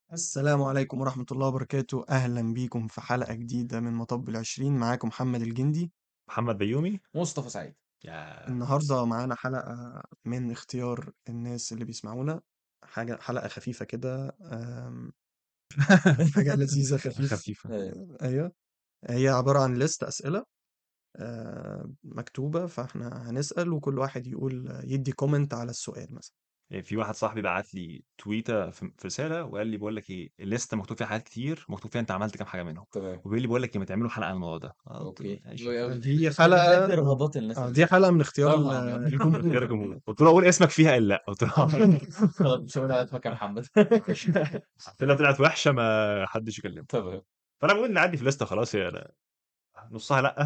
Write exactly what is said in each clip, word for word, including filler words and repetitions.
السلام عليكم ورحمة الله وبركاته، أهلا بيكم في حلقة جديدة من مطب العشرين. معاكم محمد الجندي. محمد بيومي. مصطفى سعيد. يا النهاردة معانا حلقة من اختيار الناس اللي بيسمعونا، حاجة حلقة خفيفة كده. أم، حاجة لذيذة خفيفة. خفيفة. أيوة. أيوة، هي عبارة عن ليست أسئلة أه، مكتوبة، فاحنا هنسأل وكل واحد يقول يدي كومنت على السؤال مثلا. يعني في واحد صاحبي بعت لي تويته في في رساله وقال لي بقول لك ايه الليسته مكتوب فيها حاجات كتير، مكتوب فيها انت عملت كام حاجه منهم، تمام. وبيقول لي بقول لك ايه ما تعملوا حلقه عن الموضوع ده. آه، قلت له اوكي. ماشي. دي دي حلقة رغبات الناس اه اللي دي حلقة من اختيار ال- طلع يعني. غير الجمهور. جمهور، قلت له اقول اسمك فيها قال لا، قلت له خلاص مش هقول على اسمك يا محمد. طلع طلعت وحشه ما حدش يكلمه. تمام. فانا بقول نعدي في الليسته خلاص، هي أنا نصها لا.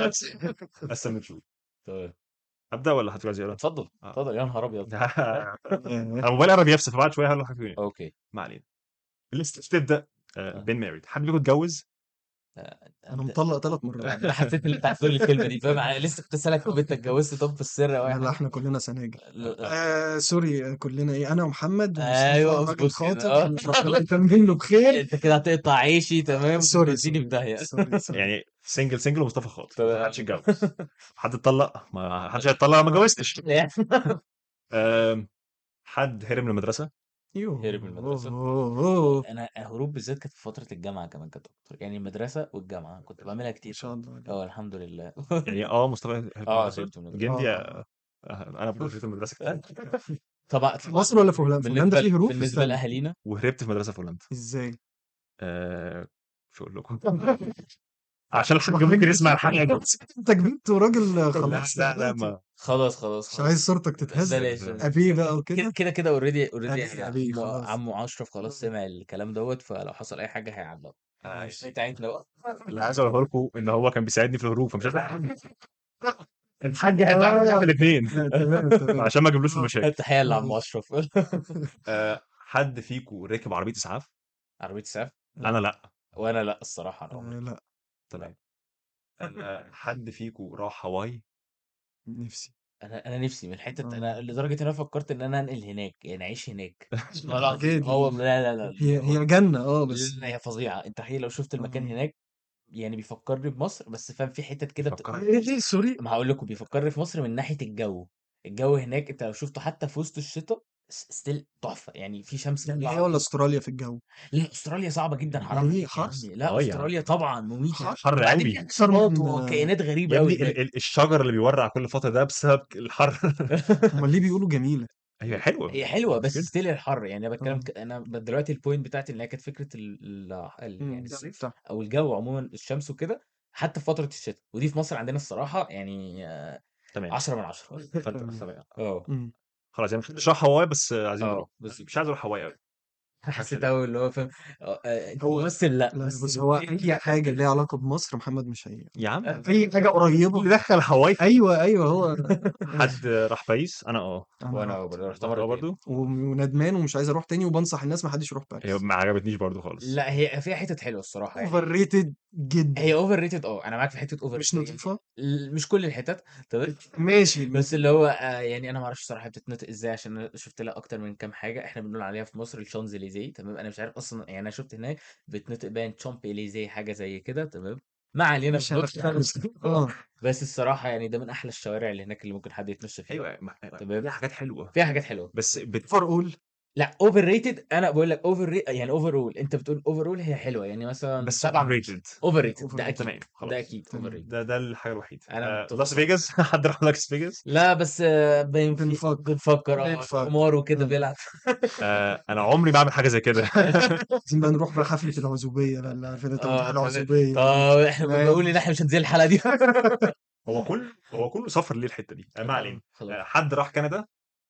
بس نشوف. تمام. ابدا ولا هتبقى زياده؟ اتفضل اه. اتفضل يا نهار ابيض. انا موبايلي قرب يفصل، فبعد شويه هقول له حاجه. اوكي. ما علينا. الليسته بتبدا آه. بين ماريد. حد فيكم اتجوز؟ آه، أنا انت مطلق ثلاث مرات. انا حسيت ان انت هتقول الكلمه دي، فاهم؟ أنا لسه كنت اسالك طب انت اتجوزت طب في السر او اي لا لا، حاجه؟ احنا كلنا سناجل. لا. آه سوري، آه، كلنا ايه، انا ومحمد ومصطفى ايوه راجل اظبط كده. خاطب. اه ربنا يتمم له بخير. انت كده هتقطع عيشي، تمام، سوري وتوديني في سوري داهيه. سوري سوري. يعني سنجل سنجل ومصطفى خاطب، ما تمام. حدش اتجوز. حد اتطلق؟ ما حدش هيتطلق لو ما اتجوزتش. آم، حد هرب من المدرسه؟ يوه هرب من المدرسه. أوه، أوه. انا هروب بالذات كانت في فتره الجامعه، كمان كانت اكتر، يعني المدرسه والجامعه كنت بعملها ما كتير شاء كمان. الله عليك. اه الحمد لله. يعني اه مصطفى هرب من اه المدرسه. هربت من المدرسه. جندي اه آه، آه، انا برضه هربت من المدرسه كتير. طبعا. في مصر ولا في هولندا؟ في هولندا بالنسبه فيه هروب في بالنسبه استنى. لاهالينا. وهربت في مدرسه في هولندا. ازاي؟ آه، شو اقول لكم؟ عشان الحاج ممكن يسمع الحاجه. انت كبرت وراجل لا خلاص لا لا دلوقتي. ما خلاص خلاص مش عايز خلاص. صورتك تتهز. بلاش بلاش. ابي بقى كده وكده. كده كده اوريدي اوريدي ابي يعني ابي عمو خلاص. عمو اشرف خلاص سمع الكلام دوت، فلو حصل اي حاجه هيعلق. آه، مش بتاعتنا بقى. اللي عايز اقوله لكم ان هو كان بيساعدني في الهروب، فمش عارف الحاج هيعمل الاثنين تمام تمام. عشان ما اجيبلوش المشاكل. تحيه لعمو اشرف. آه، حد فيكم ركب عربيه اسعاف؟ عربيه سعف. انا لا. وانا لا الصراحه، انا عمري. آه، لا. لا. تمام. آه، حد فيكم راح هواي؟ نفسي. انا انا نفسي من حته، آه. انا لدرجه ان انا فكرت ان انا انقل هناك، يعني اعيش هناك. والله العظيم. اكيد. اه والله، لا لا لا هي اللي هو- هي جنة اه بس. لا، هي فظيعه. انت حقيقي لو شفت المكان آه. هناك، يعني بيفكرني بمصر، بس فاهم في حتت كده بت... بيفكرني. ايه دي سوري. ما هقول لكم بيفكرني في مصر من ناحيه الجو. الجو هناك انت لو شفته حتى في وسط الشتاء ستيل تحفه، يعني في شمس يعني طالعه هي ولا وفي. استراليا في الجو؟ لا استراليا صعبه جدا، حرام ليه عليك يا حر؟ عمي. لا اه يا عم، استراليا طبعا مميته. حر وبعدين قوي في اكثر حشرات من. وكائنات غريبه يا قوي ابني. هناك. ال ال الشجر اللي بيورع كل فتره ده بسبب الحر. امال ليه بيقولوا جميلة؟ هي حلوه، هي حلوه مش بس كده. ستيل الحر، يعني انا بتكلم اه. ك... انا ب- دلوقتي البوينت بتاعتي ان هي كانت فكره ال... ال... ال... أمم، يعني الصيف صح. او الجو عموما، الشمس وكده، حتى في فتره الشتاء، ودي في مصر عندنا الصراحه يعني آه، تمام. عشرة من عشرة. فانت تمام. تمام. اه أمم. خلاص يعني مش رايح هواي، بس عايزين نروح. اه بالظبط. مش عايز اروح هواي قوي. حاجه حسيت حلوه. قوي اللي هو فاهم. آه، آه، انت هو ممثل لا لا بس. بص، هو اي حاجة ليها علاقة بمصر محمد مش هي. يا عم اي حاجة قريبة. اللي دخل هواي. ايوه ايوه هو. حد ماشي. راح باريس؟ انا اه انا وانا رحت. رحت رحت اه مرتين. برضو. وندمان ومش عايز اروح تاني، وبنصح الناس ما حدش يروح هي باريس. ما عجبتنيش برضو خالص. لا هي فيها حتت حلوه الصراحه اوفر يعني. ريتد جدا. هي اوفر ريتد، اه انا معاك في حته اوفر مش ريتد يعني. نظيفة. ال- مش كل الحتت. تمام. ماشي بس ماشي. اللي هو آه يعني انا ما اعرفش الصراحه بتتنطق ازاي، عشان انا شفت لها اكتر من كام حاجه. احنا بنقول عليها في مصر الشانزليزيه، تمام. انا مش عارف اصلا، يعني انا شفت هناك بتنطق باين تشامب اليزيه، حاجه زي كده، تمام. ما علينا مش بالظبط. هنختلف. اه. بس الصراحه يعني ده من احلى الشوارع اللي هناك اللي ممكن حد يتمشى فيها. ايوه ما- أيوة، تمام. فيها حاجات حلوه. فيها حاجات حلوه. بس بت... فور اول. لا اوفر ريتد، انا بقول لك اوفر ري... يعني اوفر رول، انت بتقول اوفر رول هي حلوه، يعني مثلا بس سبعة اوفر من عشرة. ريتد. اوفر ريتد اوفر ده ريتد. اكيد. تمام ده خلاص. اكيد اوفر تمام. ريتد. ده ده الحاجه الوحيده. انا آه، متفق لاس معاك. فيجاس. حد راح لاس فيجاس؟ لا بس آه، باين في بنفكر. بنفكر اه بنفكر. قمار وكده آه. بيلعب. آه، انا عمري ما اعمل حاجه زي كده. عايزين بقى نروح بقى حفلة العزوبية بقى اللي عارفين انت بتروح اه تمام. العزوبية دي. طب احنا لا بنقول ان احنا مش هنزل الحلقه دي. هو كله هو كله سفر ليه الحته دي. آه، ما اه علينا. خلاص. آه، حد راح كندا؟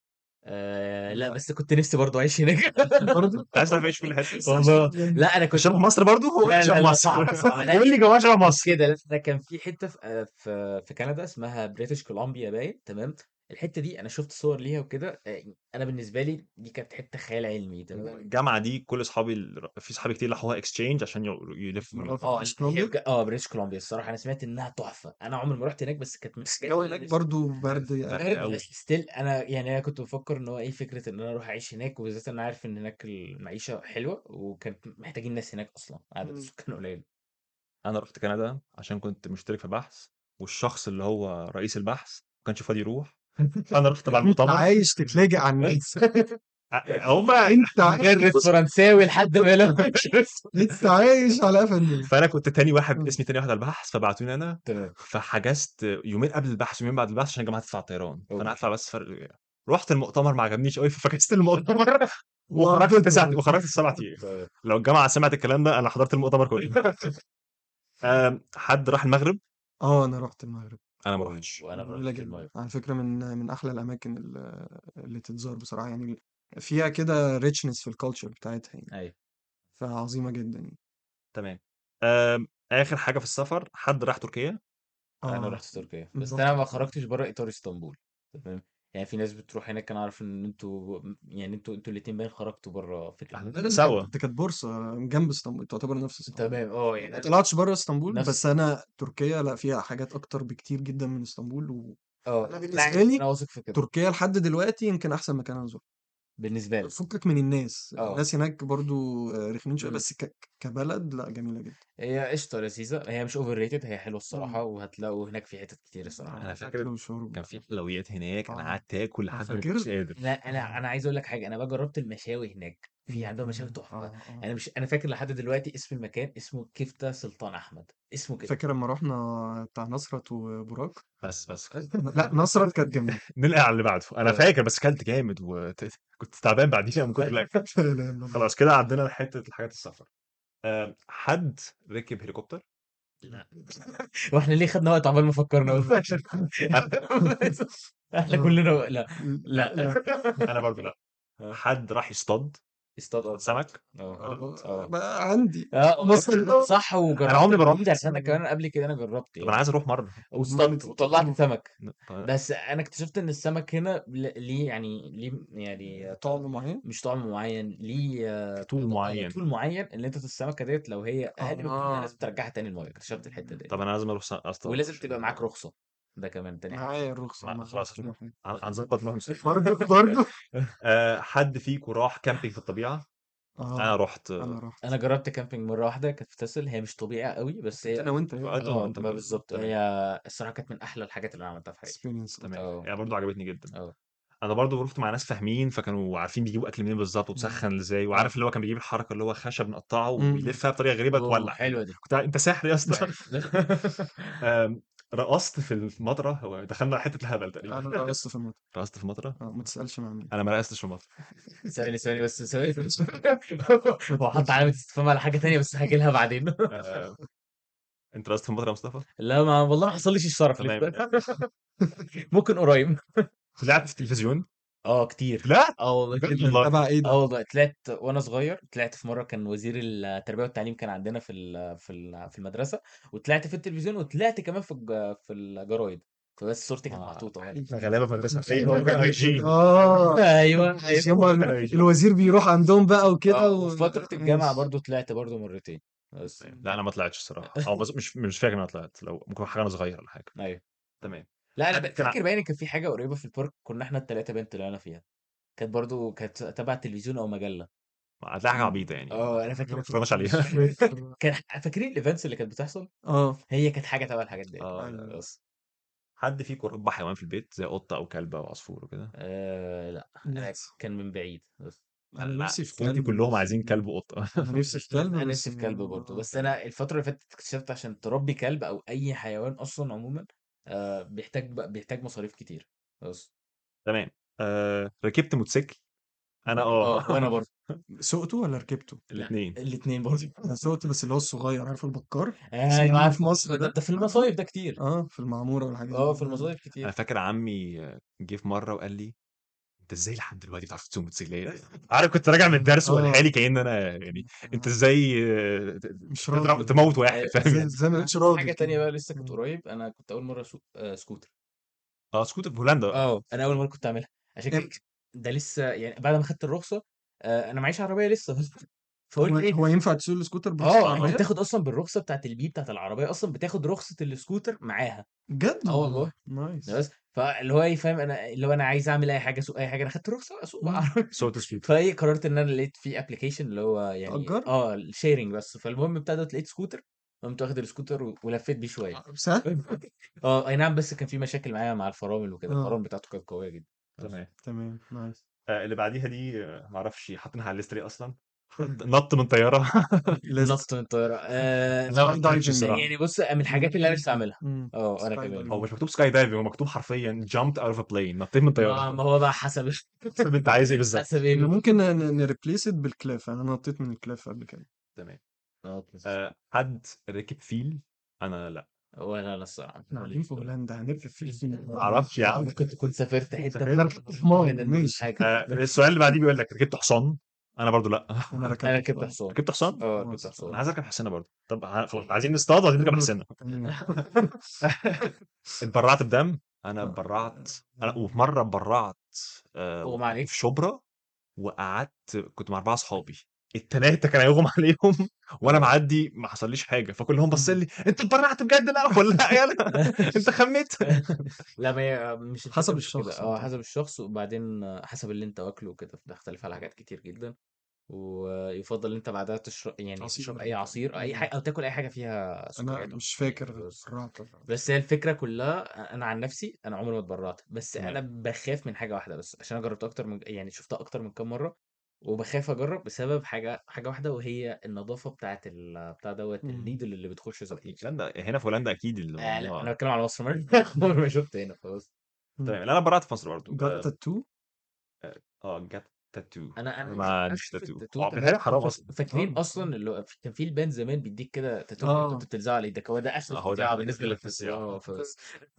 آه لا لا بس كنت نفسي برضو اعيش هناك. برضه. انت عايز تعرف ايش في كل حته؟ والله لا انا كنت. شبه مصر برضو. هو لا شبه لا لا مصر. صعب صعب. لا قول لي جواه شبه مش مصر. كده. لا ده كان في حته في آه، في في كندا اسمها بريتش كولومبيا باين، تمام. الحتة دي أنا شُفت صور ليها وكده، آآ أنا بالنسبة لي دي كانت حتة خيال علمي تمام. الجامعة دي كل أصحابي ال في صحابي كتير راحوها exchange عشان ي يلفوا مرات آه، بريتش ال هي كولومبيا. بج آه بريتش كولومبيا الصراحة أنا سمعت إنها تحفة، أنا عمري ما رُحت هناك بس كانت من بس الجو هناك برضه برد يعني. برد بارد أوي. بس still أنا يعني أنا كنت بافكّر إن هو إيه فكرة إن أنا أروح أعيش هناك، وبالذات إن أنا عارف إن هناك المعيشة حلوة، وكانت محتاجين ناس هناك أصلًا، عدد إمم. السكان قليل. أنا رُحت كندا عشان كنت مشترك في بحث، والشخص اللي هو رئيس البحث ما كانش فاضي يروح، فأنا رُحت مع أنت المؤتمر. عايش تتلاجئ على الناس. أ هم أنت عايش أدرس فرنساوي لحد ما يلاقوا أنت عايش على قفا الناس. فأنا كنت تاني واحد إمم. اسمي تاني واحد على البحث، فبعتوني أنا، تمام، فحجزت يومين قبل البحث ويومين بعد البحث عشان الجامعة تدفع الطيران، فأنا أوكي. هادفع بس فرق. رُحت المؤتمر ما عجبنيش أوي، ففكست المؤتمر وخرجت وقضيت تسعة بقى. وخرجت السبعة أيام. تمام. لو الجامعة سمعت الكلام ده أنا حضرت المؤتمر كله. آمم، حد راح المغرب؟ آه، أنا رُحت المغرب. أنا ما رُحتش. وأنا ما جميلة رُحتش جدًا، المغرب. على فكرة من من أحلى الأماكن ال اللي تتزار بصراحة يعني، فيها كده richness في الculture بتاعتها يعني، أيوه. فعظيمة جدًا يعني. تمام. آمم، آخر حاجة في السفر، حد راح تركيا؟ أنا آه، رُحت تركيا، بس رُحت أنا ما تركيا. خرجتش برّه إطار اسطنبول، تمام. يعني في ناس بتروح هناك أنا أعرف إن أنتم يعني أنتم أنتم الاتنين باين خرجتوا برّه فكرة لا، لا، إن لا، دي سوا. كانت دي كانت بورصة جنب اسطنبول، تعتبر نفس اسطنبول. تمام آه، ما يعني أنا طلعتش برّه اسطنبول، نفس بس أنا تركيا لأ، فيها حاجات أكتر بكتير جدًا من اسطنبول، وأنا آه، أنا بالنسبة عارف لي أنا واثق في كده، تركيا لحد دلوقتي يمكن أحسن مكان أنا زُرته. بالنسبة لي. فكك من الناس، آه. الناس هناك برضه رخمين شوية، إمم. بس ك كبلد لأ، جميلة جدًا. هي قشطة لذيذة، هي مش overrated هي حلوة إمم. الصراحة، وهتلاقوا هناك في حتت كتير الصراحة. أنا آه، أكل فاكر وشرب. كان في حلويات هناك، أنا آه، قعدت آكل آه، لحد ما فاكر؟ كنتش قادر. أنا أنا أنا عايز أقول لك حاجة، أنا بقى جرّبت المشاوي هناك، في إمم، عندهم مشاوي إمم، تحفة. آه، آه. أنا مش أنا فاكر لحد دلوقتي اسم المكان اسمه كفتة سلطان أحمد، اسمه كده. فاكر لمّا رُحنا بتاع نصرت وبوراك؟ بس بس لأ، نصرت كانت جميلة. ننقل على اللي بعده. أنا آه. فاكر بس كلت جامد وت كنت تعبان بعديها من كتر الأكل. لا إله إلا الله. خلاص كده عدينا لحتة الحاجات السفر. آآ، حد ركب هليكوبتر؟ لأ. وإحنا ليه خدنا وقت عقبال ما فكّرنا قُلنا إحنا آه. كلنا لأ، لأ، لأ. لأ. أنا برضه لأ. آه. حد راح يصطاد اصطاد آه. سمك؟ آه، آه، آه. بقى عندي آه، مصر. صح أنا وجرّبت عمري ما الجديد رُحت. عشان أنا كمان قبل كده أنا جرّبت طب أنا يعني، عايز أروح مرة. واصطدت وطلّعت سمك، ن ط بس أنا اكتشفت إن السمك هنا ل ليه يعني ليه يعني طعم معين؟ مش طعم معيّن، ليه طول طب آه، معين. طول معيّن إن أنت السمكة ديّة لو هي أقل من كده آه. لازم ترجّعها تاني المَيّة، اكتشفت الحتّة ديّة، طب أنا لازم أروح س أصطاد. ولازم تبقى معاك رخصة، ده كمان تاني حاجة. معايا الرخصة ما ومعايا خلاص كل حاجة. هن هنضبط معاهم. برضه برضه آآ، حد فيكم راح كامبينج في الطبيعة؟ أنا آه، رُحت. أنا رُحت. أنا جرّبت camping مرّة واحدة كانت في تسل، هي مش طبيعة أوي بس كنت أنا هي وأنت يا أنت آه، وأنت ما بالضبط، تمام. هي الصراحة كانت من أحلى الحاجات اللي أنا عملتها في حياتي. experience تمام، لطيفة. آه، هي برضه عجبتني جدًا. آه، أنا برضه رُحت مع ناس فاهمين، فكانوا عارفين بيجيبوا أكل منين بالضبط إمم. وتسخّن إزاي، آه، وعارف اللي هو كان بيجيب الحركة اللي هو خشب مقطّعه إمم. ويلفها بطريقة غريبة أوه! تولّع كده. حلوة دي. كنت أنت ساحر يا اسطى. آمم، رقصت في المطرة، هو دخلنا على حتة الهبل تقريبًا. أنا رقصت في المطر. رقصت في المطرة؟ آه، ما تسألش مع مين. أنا ما رقصتش في المطرة. ثواني، ثواني بس ثواني ما هو حط تسألش علامة مع استفهام على حاجة تانية بس هاجي لها بعدين. آآ، أنت رقصت في المطرة يا مصطفى؟ لا ما والله ما حصلّيش الشرف تمام. لسه. ممكن قريب. طلعت في التلفزيون؟ آه كتير. طلعت؟ آه والله بجد جدًا. والله. تبع إيه ده؟ آه والله طلعت وأنا صغير، طلعت في مرّة كان وزير التربية والتعليم كان عندنا في ال في ال في المدرسة، وطلعت في التلفزيون وطلعت كمان في الج في الجرايد، فبس صورتي كانت ما محطوطة يعني. إحنا غلابة في المدرسة. أيوه أي جي. آه، أيوه، مش هُم أيوه. ال الوزير بيروح عندهم بقى وكده آه، و وفي فترة الجامعة ماشي. برضه طلعت برضه مرّتين، بس. لأ أنا ما طلعتش الصراحة، أو بس مش مش فاكر إن أنا طلعت، لو ممكن حاجة وأنا صغير والّا حاجة. أيوه. تمام. لأ أنا ب حد كان ع فاكر باين كان في حاجة قريبة في الpark كنا إحنا التلاتة باين طلعنا فيها، كانت برضه كانت تبع التلفزيون أو مجلة. هتلاقي حاجة عبيطة يعني آه، أنا ما فاكر اتفرجناش مش عليها. فاكر. كان فاكرين الevents اللي كانت بتحصل؟ آه، هي كانت حاجة تبع الحاجات ديّة. آه، أيوه. بس. حد فيكم ربى حيوان في البيت زي قطة أو كلب أو عصفور وكده؟ آآ لأ، لأ، أنا كان من بعيد بس. أنا لأ، نفسي في إخواتي كلب كلّهم بس عايزين كلب وقطة. أنا نفسي في كلب أنا بس نفسي في كلب برضه، آه، بس أنا الفترة اللي فاتت اكتشفت عشان تربي كلب أو أي حيوان أصلًا عمومًا آآ بيحتاج ب بيحتاج مصاريف كتير، بس. تمام. آآ، ركبت موتوسيكل؟ أنا آه. آه، وأنا برضه. سُقته والّا ركبته؟ لأ، الاتنين. الاتنين برضه. أنا سُقت بس اللي هو الصغير، عارف البكّار؟ أيوه اسمه إيه في عارفه، مصر ده ده؟ ده في المصايف ده كتير. آه، في المعمورة والحاجات آه، دي. في المصايف أنا كتير. فاكر عمي جه في مرة وقال لي: "أنت إزاي لحد دلوقتي بتعرف تسوق موتوسيكلات؟" عارف كنت راجع من الدرس وقالها آه، لي كأن أنا يعني أنت آه، إزاي ت مش تضرب راضي. تموت واحد أيوه، فاهم إزاي يعني؟ إزاي ما أنا بقيتش في راضي حاجة تانية كده. بقى لسه كانت إمم. قريب، أنا كنت أول مرّة أسوق آآ scooter. اه سكوتر في هولندا. اه انا اول مره كنت اعملها عشان كده. إيه، ده لسه يعني بعد ما خدت الرخصه، آه، انا معيش عربيه لسه. هو فقلت ايه، هو ينفع تسوق السكوتر برخصة اه انت العربية؟ بتاخد اصلا بالرخصه بتاعت البي بتاعت العربيه، اصلا بتاخد رخصه السكوتر معاها. بجد اه والله، والله. نايس. بس فاللي هو ايه فاهم، انا اللي هو انا عايز اعمل اي حاجه، اسوق اي حاجه، انا خدت رخصه اسوق بقى مم. عربيه. صوت سكوتر. فايه قررت ان انا لقيت في ابلكيشن اللي هو يعني تأجر؟ اه الشيرنج بس. فالمهم ابتدت لقيت سكوتر، قمت واخد السكوتر و- ولفيت بيه شويه. سهل. اه اي نعم، بس كان في مشاكل معايا مع الفرامل وكده، اه الفرامل بتاعته كانت قويه جدا. بس تمام. تمام، نايس. آه اللي بعديها دي آه معرفش حاطينها على الليست ليه اصلا. نط من طياره. لازم. نط من الطياره، آه انا ما سكاي فكرتش دايفنج. الصراحه. يعني بص من الحاجات اللي انا نفسي اعملها. امم اه انا سكاي كمان. هو دايفنج. مش مكتوب سكاي دايفنج، هو مكتوب حرفيا jumped out of a plane، نطيت من طياره. ما ما هو بقى حسب. طب انت عايز ايه بالظبط؟ حسب ايه احنا بقى. ممكن نريبليس بالكلاف، انا نطيت من الكلاف قبل كده. تمام. اه بس. آه حد ركب فيل؟ انا لا. ولا انا الصراحه احنا قاعدين في هولندا هنركب في الفيل؟ ما اعرفش يا عم. ممكن تكون سافرت حته سافرت في ركبت حمار، هولندا ولا ماشي. حاجه. آه السؤال اللي بعديه بيقول لك ركبت حصان؟ انا برضو لا. انا انا ركبت ركبت حصان. حصان. ركبت حصان؟ اه ركبت خلاص. حصان. انا عايز اركب حصانه برضو. طب ع- خلاص، عايزين نصطاد وعايزين نركب حصانه. تمام. اتبرعت بدم. انا اتبرعت. انا وفي مره اتبرعت. آه هو وقعدت معلش. في شبرا. وقعدت كنت مع اربعه اصحابي. التلاته كان هيغمى عليهم. وانا اه معدي ما حصليش حاجه، فكلهم بصوا لي انت اتبرعت بجد لا ولا لا يلا. انت خميت. لا ما هي مش الفكره حسب مش في كده، الشخص اه أعتقد. حسب الشخص، وبعدين حسب اللي انت واكله وكده، بتختلف على حاجات كتير جدا. ويفضل انت بعدها تشرب يعني تشرب عصير اي وكده. عصير اي مم. حاجه، او تاكل اي حاجه فيها انا سكريات أنا او مش سكريات. فاكر بس اتبرعت ولا لأ. بس هي الفكره كلها، انا عن نفسي انا عمري ما اتبرعت، بس تمام. انا بخاف من حاجه واحده بس، عشان انا جربت اكتر من يعني شفتها اكتر من كام مره. وبخاف اجرب بسبب حاجه حاجه واحده، وهي النظافه بتاعه ال بتاع دوت مم. النيدل اللي بتخش زي. هولندا هنا في هولندا اكيد آه لا الموضوع. انا بتكلم على مصر. مرة عمري ما شفت هنا خلاص. مم. تمام. لا، انا برعت في مصر برضو. جربت اه. التاتو. اه جت تاتو. انا انا ما مش عنديش عارف تاتو، التاتو اه بيتهيألي تمام. حرام فاك- اصلا. فاكرين اه اصلا اللي هو في- كان في البان زمان بيديك كده تاتو كنت اه بتلزقه على ايدك، هو ده اخر هو ده اختراع اخر بالنسبه للتاتو. الاختراع. اه فبس.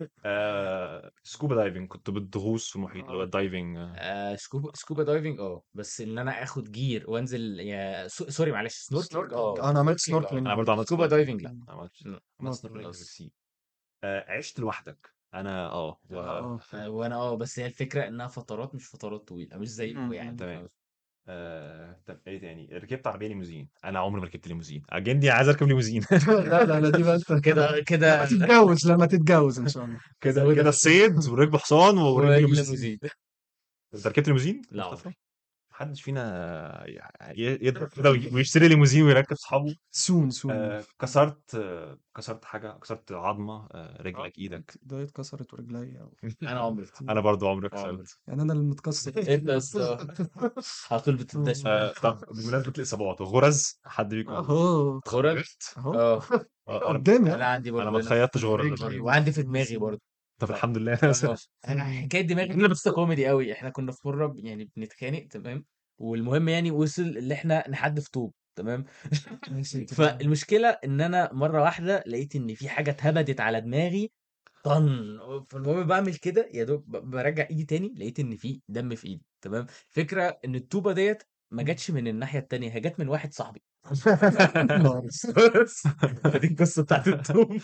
آه سكوبا دايفنج كنت بتغوص في المحيط اللي هو اه الدايفنج. آه. آه سكوبا سكوبا دايفنج اه، بس ان انا اخد جير وانزل يا سو... سوري معلش سنوركلينج سنوركلينج، اه انا عملت سنوركلينج اه. سنوركلينج انا برضو برضه. عملت سكوبا سنوركلينج. دايفنج لا. انا عملت لا، عملت نوت سنوركلينج في خلاص. السي. آه عشت لوحدك. انا اه و... اه. آه، وانا اه بس هي الفكره انها فترات مش فترات طويله، مش زيكم يعني. مم. تمام. آه... طب ايه تاني؟ ركبت عربيه ليموزين؟ انا عمري ما ركبت ليموزين، اجندي عايز اركب ليموزين. لا لا لا، دي بقى انت كده لما كده. تتجوز، لما تتجوز ان شاء الله. كده زودها كده في الصيد وركب حصان وركب ليموزين. والليموزين. انت ركبت ليموزين لا مصطفى؟ عمري. محدش فينا ي- يضرب كده وي- ويشتري ليموزين ويركب صحابه. سون سون. آه كسرت آه كسرت حاجه، كسرت عظمه، آه اه رجلك ايدك. ده اتكسرت ورجليا انا عمري. كتير. انا برضو عمري عمري. كسرت. يعني انا اللي متكسر. انت بس على طول بتدش. آه طب بمناسبه الاصابات، غرز حد فيكم اهو غرز اتخيطت؟ اهو اه. آه انا قدامي انا اهو. عندي انا برضه ما هنا في اتخيطتش في غرز. رجلي، وعندي في دماغي برضه. طب ف الحمد لله. اه انا حكايه دماغي دي قصه كوميدي قوي. احنا كنا في مره ب- يعني بنتخانق تمام، والمهم يعني وصل اللي احنا نحدف طوب تمام. ماشي تمام. فالمشكله ان انا مره واحده لقيت ان في حاجه اتهبدت على دماغي. طن. فالمهم بعمل كده يا دوب ب- برجع ايدي تاني، لقيت ان في دم في ايدي تمام. فكره ان الطوبه ديت ما جاتش من الناحيه التانيه، هي جت من واحد صاحبي. ناقص. بس فدي القصه بتاعت الطوب.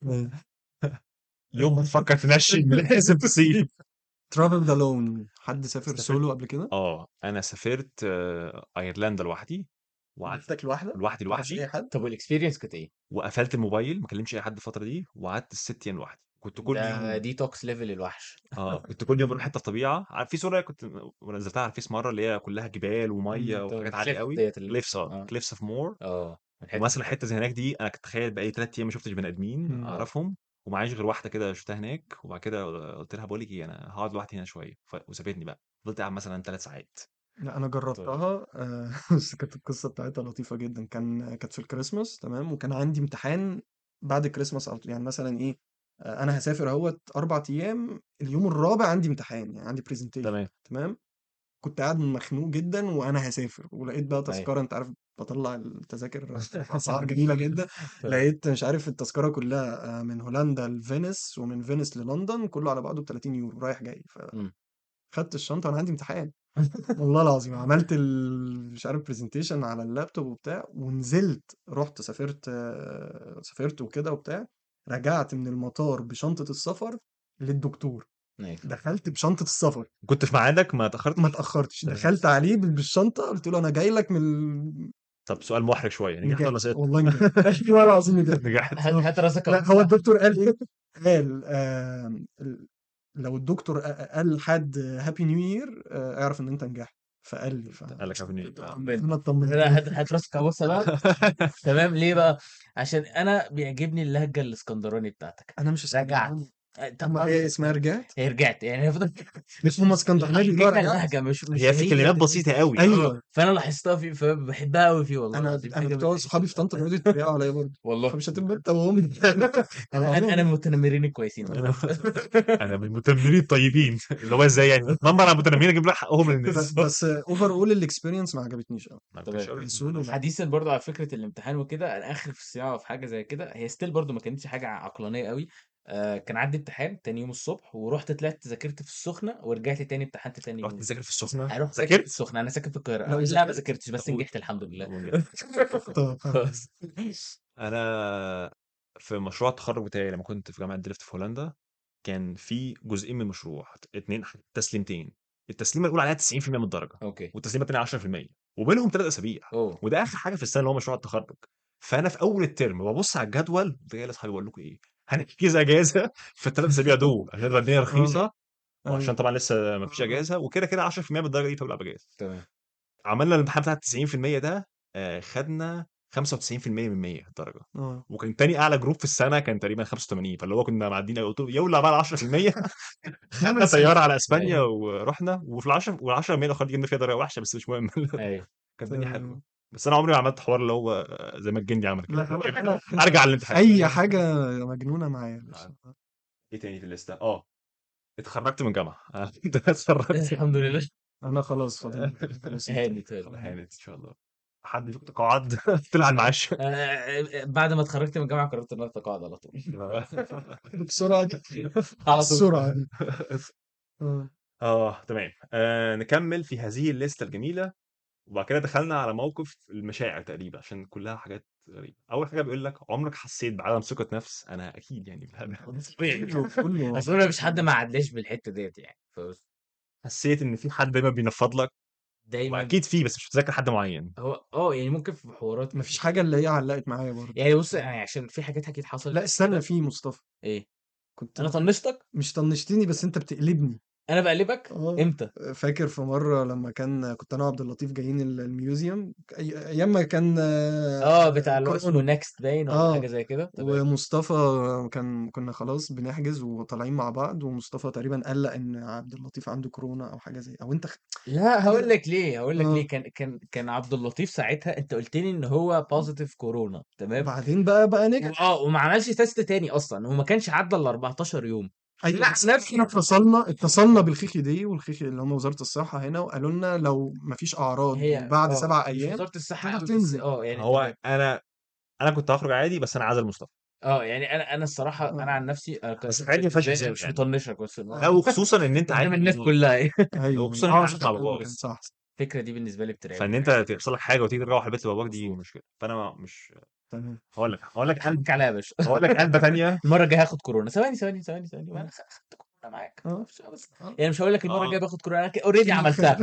يوم ما تفكر تنشن لازم تسيب. ترافل الون، حد سافر سافرت. سولو قبل كده؟ اه انا سافرت آه، ايرلندا لوحدي. وقعدت لوحدك لوحدك؟ لوحدي ما تعرفش لوحدي. اي حد؟ طب والاكسبيرينس كانت ايه؟ وقفلت الموبايل، ما كلمتش اي حد الفتره دي، وقعدت الست ايام لوحدي. كنت كل ده يوم. ديتوكس ليفل الوحش. اه كنت كل يوم بروح حته طبيعه. عارف في صوره كنت نزلتها على الفيس مره، اللي هي كلها جبال وميه طب وحاجات عاليه الكليف قوي. ديت ال... كليفس اه اه كليفس اوف مور. اه الحته ومثلا بتاعت حته زي هناك دي انا كنت تخيل بقالي ثلاث ايام ما شفتش بني ادمين مم. اه اعرفهم. ومعيش غير واحده كده شفتها هناك، وبعد كده قلت لها بقول لك ايه، انا هقعد لوحدي هنا شويه ف... وسابتني بقى. فضلت قاعد مثلا ثلاث ساعات. لا انا طيب. جربتها آه، بس كانت القصه بتاعتها لطيفه جدا. كان كانت في الكريسماس تمام، وكان عندي امتحان بعد الكريسماس على طول. يعني مثلا ايه، آه، انا هسافر اهوت اربع ايام، اليوم الرابع عندي امتحان، يعني عندي برزنتيشن تمام. تمام. كنت قاعد مخنوق جدا وانا هسافر، ولقيت بقى ايوه. تذكره، انت عارف بطلع التذاكر اسعار جميله جدا. طيب. لقيت مش عارف التذكره كلها آه، من هولندا لفينيس، ومن فينيس للندن، كله على بعضه ب تلاتين يورو رايح جاي. مم. فخدت الشنطه وانا عندي امتحان. والله العظيم عملت ال... مش عارف برزنتيشن على اللابتوب وبتاع، ونزلت رحت سافرت آه، سافرت وكده وبتاع. رجعت من المطار بشنطة السفر للدكتور. أيوه. دخلت بشنطة السفر، كنت في ميعادك ما ما اتأخرتش؟ اتأخرتش، تمام. دخلت عليه بال بالشنطة قُلت له: "أنا جاي لك من ال" طب سؤال محرج شوية، نجحت نجحت، والّا سقطت؟ والله نجحت، والله العظيم نجحت. نجحت. هات آه. هات راسك لأ أهو. هو الدكتور قال إيه، قال آمم ال لو الدكتور أ أ قال لحد happy new year آآ اعرف إن أنت نجحت، فقال لي ف قال لك happy new year. آه. اتطمنت. أنا اتطمنت. لا هات هات راسك أهو بُص بقى. تمام، ليه بقى؟ عشان أنا بيعجبني اللهجة الإسكندراني بتاعتك. أنا مش رجعت. اسكندراني، أ طب هم آه هي مش اسمها رجعت؟ هي رجعت، يعني هي فضلت مش هم اسكندراني بيقولوا عاجبنا رجعت؟ اللهجة مش مش هي في هي كلمات ال بسيطة أوي. آه، أيوه. فأنا لاحظتها فيه فباحبها أوي فيه والله أنا العظيم، أنا حاجة بتوع بتضحك. صحابي في طنطا بيقعدوا يتريقوا عليّا برضه، والله. فمش هتبقى أنت وهم. أنا أنا أنا من المتنمرين الكويسين أنا والله. أنا من المتنمرين الطيبين، اللي هو إزاي يعني أتنمر على المتنمرين أجيب لهم حقهم من الناس. ب بس overall الexperience ما عجبتنيش أوي. ما كانش تمام. أوي. كسول لأ. حديثًا برضه على فكرة الامتحان وكده، أنا آخر في الصياعة في حاجة زي كده، هي still برضه ما كانتش حاجة عقلانية أوي. آآ كان عندي امتحان تاني يوم الصبح، ورُحت طلعت ذاكرت في السخنة، ورجعت تاني امتحنت تاني رُحت يوم. تذاكر في السخنة؟ أروح ذاكر في ذاكرت؟ السخنة، أنا ساكن في القاهرة. لو لا ما ذاكرت ذاكرتش بس طب و نجحت الحمد لله. طب ونجحت. طب خلاص. أنا في مشروع التخرُّج بتاعي لمّا كنت في جامعة ديلفت في هولندا، كان في جزئين من المشروع، اتنين ح تسليمتين، التسليمة الأولى عليها تسعين في المية من الدرجة، أوكي. والتسليمة التانية عشرة في المية وبينهم ثلاث أسابيع، أوه! وده آخر حاجة في السنة اللي هو مشروع التخرُّج. فأنا في أول الترم بابُص على الجدول، قُمت جاي لأصحابي باقول لكم إيه، هنحجز أجازة في ال3 أسابيع دول عشان تبقى الدنيا آه. رخيصة، وعشان أيوه. طبعًا لسه ما فيش آه. أجازة، وكده، كده عشرة في المية من الدرجة دي تبقى بأجازة. تمام. عملنا الامتحان بتاع التسعين في المية ده، آآ خدنا خمسة وتسعين في المية من مية درجة، آه. وكان تاني أعلى جروب في السنة كان تقريبًا خمسة وثمانين، فاللي هو كنا معديين أوي، قُلت له يولّع بقى العشرة في المية. خدنا طيارة على إسبانيا أيوه. ورُحنا، وفي العشرة وال10% الآخرين جبنا فيها درجة وحشة بس مش مهم. أيوه. كانت الدنيا حلوة. تمام. بس أنا عمري ما عملت حوار اللي هو زي ما الجندي عمل كده، لأ أرجع للامتحان. أي حاجة مجنونة معايا يا باشا. آه. إيه تاني في الليستة؟ آه، اتخرّجت من جامعة. أنت اتخرّجت؟ الحمد لله. أنا خلاص فاضل لي بسيطة. هانت هانت. هانت إن شاء الله. حد فيكم تقاعد؟ طلع على المعاش. آآ بعد ما اتخرجت من الجامعة قررت إن أنا أتقاعد على طول. بسرعة دي، على طول. السرعة دي. آه. آه، تمام. آآ نكمّل في هذه الليستة الجميلة، وبعد كده دخلنا على موقف المشاعر تقريبًا، عشان كلّها حاجات غريبة. أول حاجة بيقول لك عمرك حسّيت بعدم ثقة نفس؟ أنا أكيد يعني طبيعي. كله كله أصل ما فيش حد ما عدّاش بالحتّة ديّة يعني، فبس. حسّيت إن في حد دايمًا بينفّض لك، دايمًا. وأكيد في، بس مش متذكّر حد معيّن. هو آه، يعني ممكن في حوارات ما فيش كتير. حاجة اللي هي علّقت معايا برضه. يعني بُص، يعني عشان في حاجات أكيد حصلت لأ قبل استنى كده. في مصطفى، إيه؟ كنت أنا طنّشتك؟ مش طنّشتني بس أنت بتقلبني. أنا باقلبك؟ آه. إمتى؟ فاكر في مرّة لمّا كان كنت أنا وعبد اللطيف جايين ال الmuseum أي أيام ما كان آه، بتاع اللي هو كورونا. اسمه next باين والّا آه. حاجة زي كده، تمام. ومصطفى كان كنا خلاص بنحجز وطالعين مع بعض، ومصطفى تقريبًا قلّق إن عبد اللطيف عنده كورونا أو حاجة زي أو أنت خ لأ هاقول حاجة لك ليه، هاقول لك آه. ليه، كان كان كان عبد اللطيف ساعتها أنت قُلت لي إن هو positive كورونا، تمام. وبعدين بقى بقى نجح. وآه، وما عملش تيست تاني أصلًا، وما كانش عدّى الأربعتاشر يوم. أيوه بس إحنا اتصلنا اتصلنا بالخيخي دي والخيخي اللي هم وزارة الصحة هنا، وقالوا لنا لو ما فيش أعراض هي وبعد آه، سبع مش أيام وزارة الصحة تقدر أوي بس تنزل. آه، يعني هو تمام. أنا أنا كنت هاخرج عادي، بس أنا عازل مصطفى. آه، يعني أنا أنا الصراحة أنا آه. عن نفسي أنا بس كان الحاجات دي ما فيهاش بالنسبة لي أنا حساب مش يعني. مطنّشك بس اللي لأ، هو وخصوصًا إن أنت عايش قدّام الناس كلّها يعني. أيوه، وخصوصًا إن أنت آه عايش مع صح باباك، كان صح. الفكرة دي بالنسبة لي فإن بترعبني. أنت تحصل لك حاجة وتيجي تروّح البيت لباباك دي مضبوط. مشكلة. فأنا ما مش تمام. هاقول لك هاقول لك حل حقّك عليّا يا باشا. هاقول لك حسبة تانية. المرّة الجاية هاخد كورونا. ثواني، ثواني، ثواني، ثواني، ما آه. أنا خ خدت كورونا معاك. آه. مش بس آه. يعني مش هاقول لك المرّة آه، الجاية باخد كورونا، أنا ك already عملتها.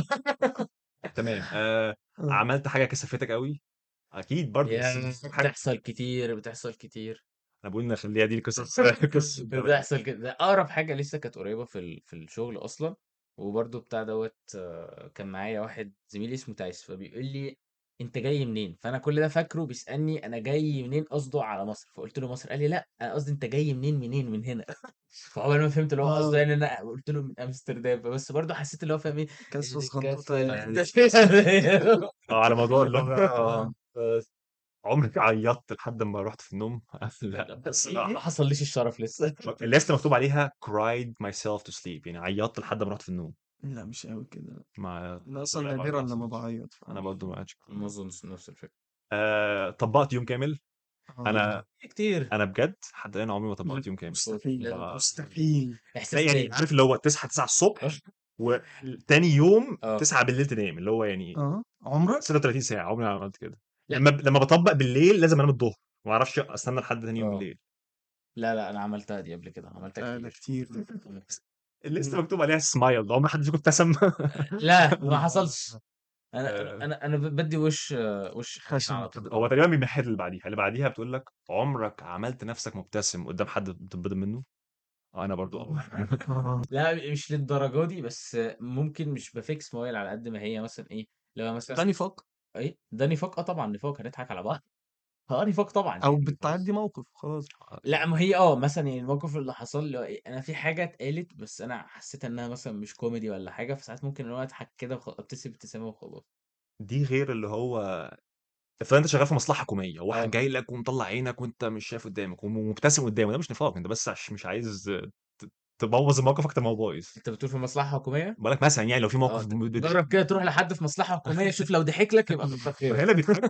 تمام. آآ آه. عملت حاجة كسفتك أوي؟ أكيد برضه، بس ياه! حاجة. بتحصل كتير، بتحصل كتير. أنا باقول نخلّيها دي القصص قصص الجامعة. بتحصل كده. ده أقرب حاجة لسه كانت قريبة في ال في الشغل أصلًا، وبرضه بتاع دوّة كان معايا واحد زميلي اسمه تايس، فبيقول لي: "أنت جاي منين؟" فأنا كل ده فاكره بيسألني أنا جاي منين قصده على مصر، فقُلت له مصر، قال لي: "لأ، أنا قصدي أنت جاي منين، منين، من هنا." فأول ما فهمت اللي هو قصده آه. يعني أنا قُلت له: "من أمستردام." بس برضه حسيت اللي هو فاهم إيه، كسوة الكسفة صغنطوطة اللي يعني. أنت فيها. آه، على موضوع اللغة. آه. آه. بس عمرك عيّطت لحد أمّا رُحت في النوم؟ لأ ما الصراحة. حصلّيش الشرف لسه. الليستة مكتوب عليها cried myself to sleep، يعني عيّطت لحد أمّا رُحت في النوم. لأ مش أوي كده. ما أنا الحمد أصلًا لله برضه نادرًا ما لمّا حصلش. باعيّط ف أنا برضه ما عادش. ما أظنش نفس الفكرة. آآ طبّقت يوم كامل. آه. أنا كتير. أنا بجد حتى الآن عمري ما لأ طبّقت يوم كامل. مستحيل، لا، آه. مستحيل. لأ إحساس يعني تاني. عارف اللي هو تصحى تسعة ص وتاني يوم آه. تسعة تنام، اللي هو يعني آه. عمرك؟ ستة وتلاتين ساعة، عمري ما عملت كده. لأ. لمّا ب لمّا باطبّق بالليل لازم أنام الضهر، ما أعرفش أستنى لحد تاني يوم آه. بالليل. لا، لأ، أنا عملتها دي قبل كده، عملتها لا ده كتير. كتير ده. إمم. الليسته إمم. مكتوب عليها سمايل، عمر حد فيكم ابتسم؟ لا ما حصلش. انا انا آه، انا أنا بدي وش وش حزين خشن. على طول. هو تقريبا بيمهد اللي بعديها، اللي بعديها بتقول لك عمرك عملت نفسك مبتسم قدام حد بتنبض منه؟ اه انا برضو اه آه. لا مش للدرجه دي، بس ممكن مش بفيكس موبايل على قد ما هي مثلا ايه، لو مثلا ده نفاق ايه ده نفاق. اه طبعا نفاق، هنضحك على بعض. اه نفاق طبعا أو يعني. بتعدّي موقف خلاص. لا ما هي اه مثلا يعني الموقف اللي حصل لي، إيه، انا في حاجه اتقالت بس انا حسيت انها مثلا مش كوميدي ولا حاجه، فساعات ممكن ان هو اضحك كده وخ- ابتسم ابتسامه وخلاص. دي غير اللي هو افرض انت شغال في مصلحه حكوميه، واحد اه جاي لك ومطلع عينك وانت مش شايف قدامك ومبتسم قدامه، ده مش نفاق، انت بس عشان مش عايز ت- تبوظ الموقف اكتر ما هو بايظ. انت بتقول في مصلحه حكوميه. بالك مثلا يعني لو في اه موقف ت- ب- بت- جرب كده تروح لحد في مصلحه حكوميه، شوف لو ضحك لك يبقى كتر ما خيرك. هنا بيتحرك.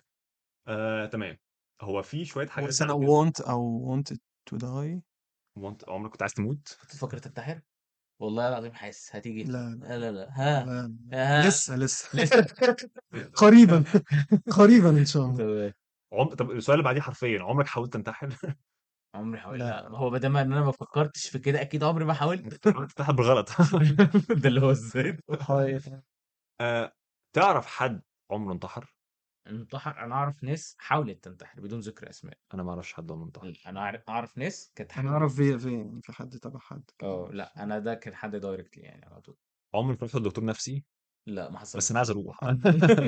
آه تمام. هو في شويه هو حاجات مثلًا تانية كده. want أو wanted to die. هو انت عمرك كنت عايز تموت؟ كنت فاكر تنتحر، والله العظيم حاسس هتيجي. لا، لا، لا لا لا ها. لا، ها لسه، لسه. لسه. قريبًا، قريبًا إن شاء الله. طب عم... طب السؤال اللي بعديه حرفيا، عمرك حاولت تنتحر؟ عمري حاول، لا لا، ما هو ما دام ان انا ما فكرتش في كده اكيد عمري ما حاولت. حاولت تنتحر بالغلط. ده اللي هو ازاي ده؟ هاي آه... تعرف حد عمره انتحر؟ انتحر، انا اعرف ناس حاولت تنتحر بدون ذكر اسماء. انا ما اعرفش حد عمره انتحر. انا اعرف اعرف ناس كانت أنا حاولت. أعرف في في يعني في حد تبع حد كده اه بس. لا انا ده كان حد دايركتلي يعني على طول. عمري ما رحت لدكتور نفسي، لا ما بس انا حصلش. عايز اروح. أنا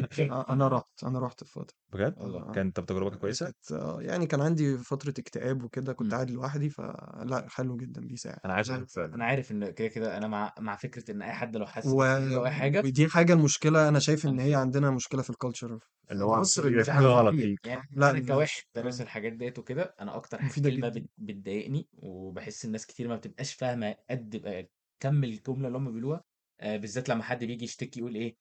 أ أنا رُحت، أنا رُحت في فترة. بجد؟ والله آه، كانت طب تجربتك كويسه؟ كانت آه، يعني كان عندي فترة اكتئاب وكده، كنت مم. قاعد لوحدي فلأ حلو جدًا بيساعد. انا عايز اروح فعلا. انا عارف ان كده كده انا مع مع فكره ان اي حد لو حس و باكتئاب او اي حاجه. ودي حاجة المشكلة أنا شايف إن انا هي عندنا مشكلة في الculture اللي في هو مصر يبقى إن في حاجه إحنا غلط كتير فيك. يعني. لأ انا كواحد مش درس آه، الحاجات ديت وكده، انا اكتر ح- مفيدة كلمه جدًا. بت- بتضايقني وبحس الناس كتير ما بتبقاش فاهمه قد بقى كم الجمله اللي هم بيقولوها. آه بالذات لما حد بيجي يشتكي يقول ايه،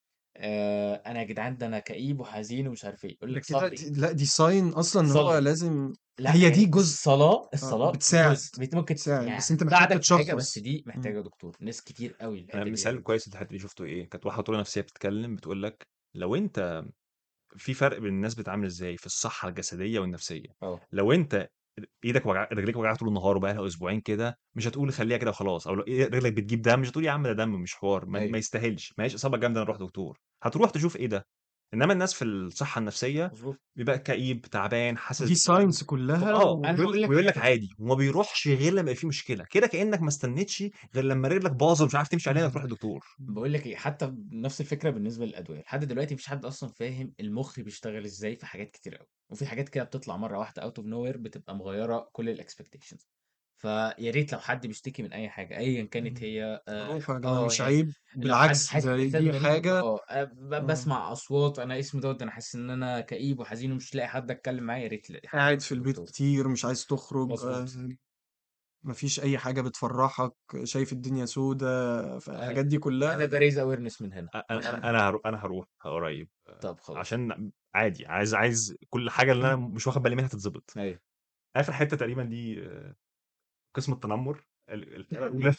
آه انا يا جدعان ده انا كئيب وحزين ومش عارف ايه، يقول ده لك كده صلي. دي لأ دي sign أصلًا إن هو صلي. لازم لا هي دي يعني جزء الصلاة آه، الصلاة بتساعد، جزء بت- ممكن بتساعد بس يعني أنت محتاج تساعدك في حاجة، بس تتشخّص. دي إمم. محتاجة دكتور. ناس كتير قوي انا الحتة دي مثال قوي. كويس الحته دي شفته ايه، كانت واحده دكتوره نفسيه بتتكلم بتقول لك لو انت في فرق بين الناس بتتعامل ازاي في الصحه الجسديه والنفسيه. اه لو انت ايدك وجع... رجليك وجعت طول النهار وبقى لها اسبوعين كده، مش هتقول خليها كده وخلاص، او لو إيه رجلك بتجيب دم مش هتقول يا عم ده دم مش حوار، ما, ايوه ما يستاهلش، ماشي اصابه جامده نروح دكتور، هتروح تشوف ايه ده. انما الناس في الصحه النفسيه مظبوط. بيبقى كئيب تعبان حاسس دي بالم. signs كلّها اه و انا ويقول هقول لك ويقول لك حاجة. عادي وما بيروحش غير لما يبقى في مشكله، كده كانك ما استنيتش غير لما رجلك باظت ومش عارف تمشي عليها إمم. تروح للدكتور. إمم. بقول لك ايه، حتى نفس الفكرة بالنسبة للأدوية. لحد دلوقتي مفيش حد أصلا فاهم المخ بيشتغل ازاي في حاجات كتير قوي، وفي حاجات كده بتطلع مرة واحدة اوت اوف نو وير بتبقى مغيرة كل الاكسبكتيشنز. فيا ريت لو حد بيشتكي من اي حاجه ايا كانت إمم. هي اه روحوا يا جماعة آه، مش يعني عيب، لو حد بالعكس حاسس ده باحساس دي غريب حاجة اه آه، ب- آه. بسمع اصوات، انا اسمي دوت، انا حاسس ان انا كئيب وحزين ومش لاقي حد اتكلم معاه، يا ريت تلاقي حد قاعد في البيت دكتور. كتير مش عايز تخرج آآ، مظبوط. ما فيش أي حاجة بتفرّحك، شايف الدنيا سودا، انا فالحاجات دي انا كلّها بريز اويرنس من هنا. انا انا انا هروح انا هروح قريب، طب خلاص. عشان عادي عايز عايز كل حاجه اللي انا مش واخد بالي منها تتظبط. ايوه اخر حته تقريبا دي قسم التنمر. ال- الفئة الأولى.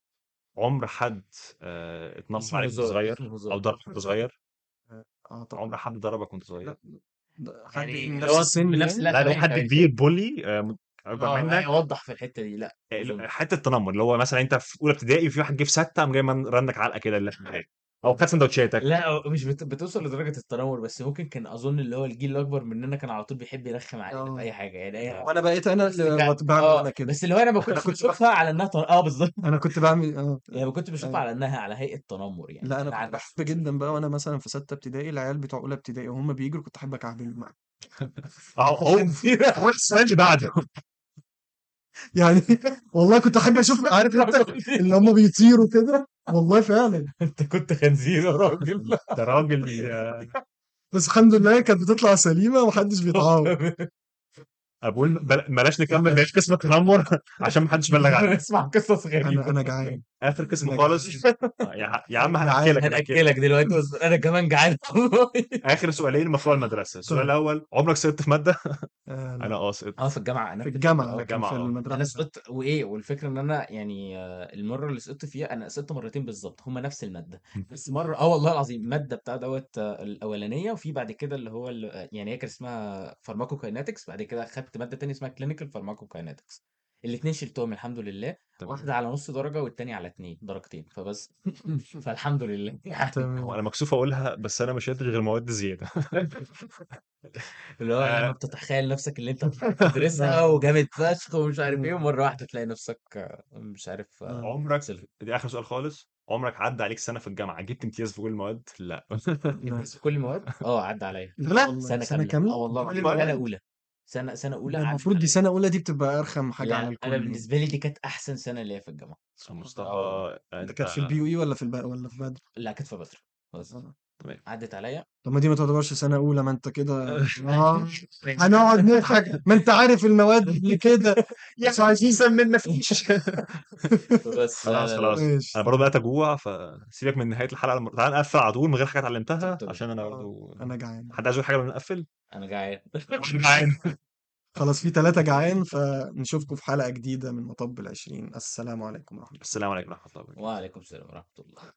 عمر حد آه، اتنمر اسمه عليك وانت هزار، صغير اسمه هزار. او ضربك وانت صغير؟ آآ، أعتقد عمر حد ضربك وانت صغير؟ لأ، ده حد يعني من اللي نفس هو السن بنفس، يعني؟ لا لا لو ثواني حد ثواني كبير ثواني. بولي آه، مت- اكبر اه يعني منك. وضح في الحته دي، لا ما آه، اظنش. حته التنمر اللي هو مثلا انت في اولى ابتدائي وفي واحد جه في سته قام جاي من- رنك علقه كده اللي احنا او خد سندوتشاتك. لا مش بت... بتوصل لدرجة التنمر، بس ممكن كان أظن اللي هو الجيل الأكبر مننا كان على طول بيحب يرخم علينا في آه، أي حاجة يعني أي حاجة. وأنا بقيت أنا بس اللي كان بت باعمل اه أنا كده. بس اللي هو أنا ما أنا كنتش كنت ب بشوفها على إنها تن... اه بالظبط. أنا كنت باعمل آه، يعني ما كنتش بشوفها أيوه. على إنها على هيئة تنمر يعني، لأ، أنا أنا كنت عن نفسي باحب كنت جدًا بشوفها بقى كده. وأنا مثلًا في سَتّة ابتدائي، العيال بتوع أولى ابتدائي وهُم بيجروا كنت أحب أكعبلهم معاهم. اهو هو هو السؤال اللي بعده. يعني والله كنت أحب أشوف عارف أنت اللي هُم بيطيروا كده، والله فعلًا. أنت كنت خنزير يا راجل. ده راجل آه، بس الحمد لله كانت بتطلع سليمة وما حدش بيتعور. بقول بل- بلاش نكمل بقية قسم التنمر عشان ما حدش بلغ عنه. اسمع قصص أنا غريبة. أنا جعان، اخر قسم أنا خالص. جعان، آه، يا يا عم أنا هنحكي لك جعان. هنحكي لك. هنأكلك دلوقتي، بس أنا كمان جعان والله. اخر سؤالين مشروع المدرسه. السؤال طيب الاول عمرك سقطت في ماده؟ آآ انا لأ، اه اه سقطت في الجامعة في نفس الفكرة الجامعة في اه. لكن الجامعه في اه. انا المدرسة لأ. سقطت وايه، والفكره ان انا يعني آه، المره اللي سقطت فيها انا سقطت مرتين بالظبط، هما نفس الماده. بس مره اه والله العظيم ماده بتاع دوت آه، الاولانيه، وفي بعد كده اللي هو اللي يعني هي كانت اسمها فارماكوكاينetics، بعد كده خدت ماده تانية اسمها كلينيكال فارماكوكاينetics. الاتنين شلتهم الحمد لله، تمام. واحدة على نص درجة والتانية على اتنين درجتين فبس. فالحمد لله يعني. هو تمام انا مكسوف اقولها بس انا ما شلتش غير مواد زياده. اللي هو لما آه، بتتخيل نفسك اللي انت بتدرسها وجامد فشخ ومش عارف ايه، مم. ومرة واحدة تلاقي نفسك آه، مش عارف آه، آه. عمرك سلف. دي اخر سؤال خالص، عمرك عدى عليك سنه في الجامعه جبت امتياز في كل المواد؟ لا. لا بس في كل المواد اه عدى عليا لا والله سنة سنة كاملة، اه كاملة والله كل العظيم سنة المواد. أولى، سنة سنة أولى ده عدت المفروض دي عليا. سنة أولى دي بتبقى أرخم حاجة على لا أنا الكل يعني. بالنسبة لي دي كانت أحسن سنة ليا في الجامعة. مصطفى اه والله. ده انت كانت في البي يو إي ولا في الب... ولا في بدر؟ لا كانت في بدر بس، آه. تمام. عدت عليا. طب ما دي ما تعتبرش سنة أولى، ما أنت كده آه هنقعد نضحك، ما أنت عارف المواد اللي كده مش عايزين. سمين مفيش. بس لا خلاص لا لا. خلاص، ماشي انا برضه تمام. بدات اجوع فسيبك من نهايه الحلقه الم... تعال نقفل على طول من غير حاجه اتعلمتها طب عشان انا آه برضه. أنا جعان. حد عايز يقول حاجه قبل ما نقفل؟ أنا جعان. جعان. خلاص في ثلاثة جعان، فنشوفكم في حلقة جديدة من مطب العشرين. السلام عليكم ورحمة الله. السلام عليكم ورحمه الله وبركاته. وعليكم السلام ورحمة الله.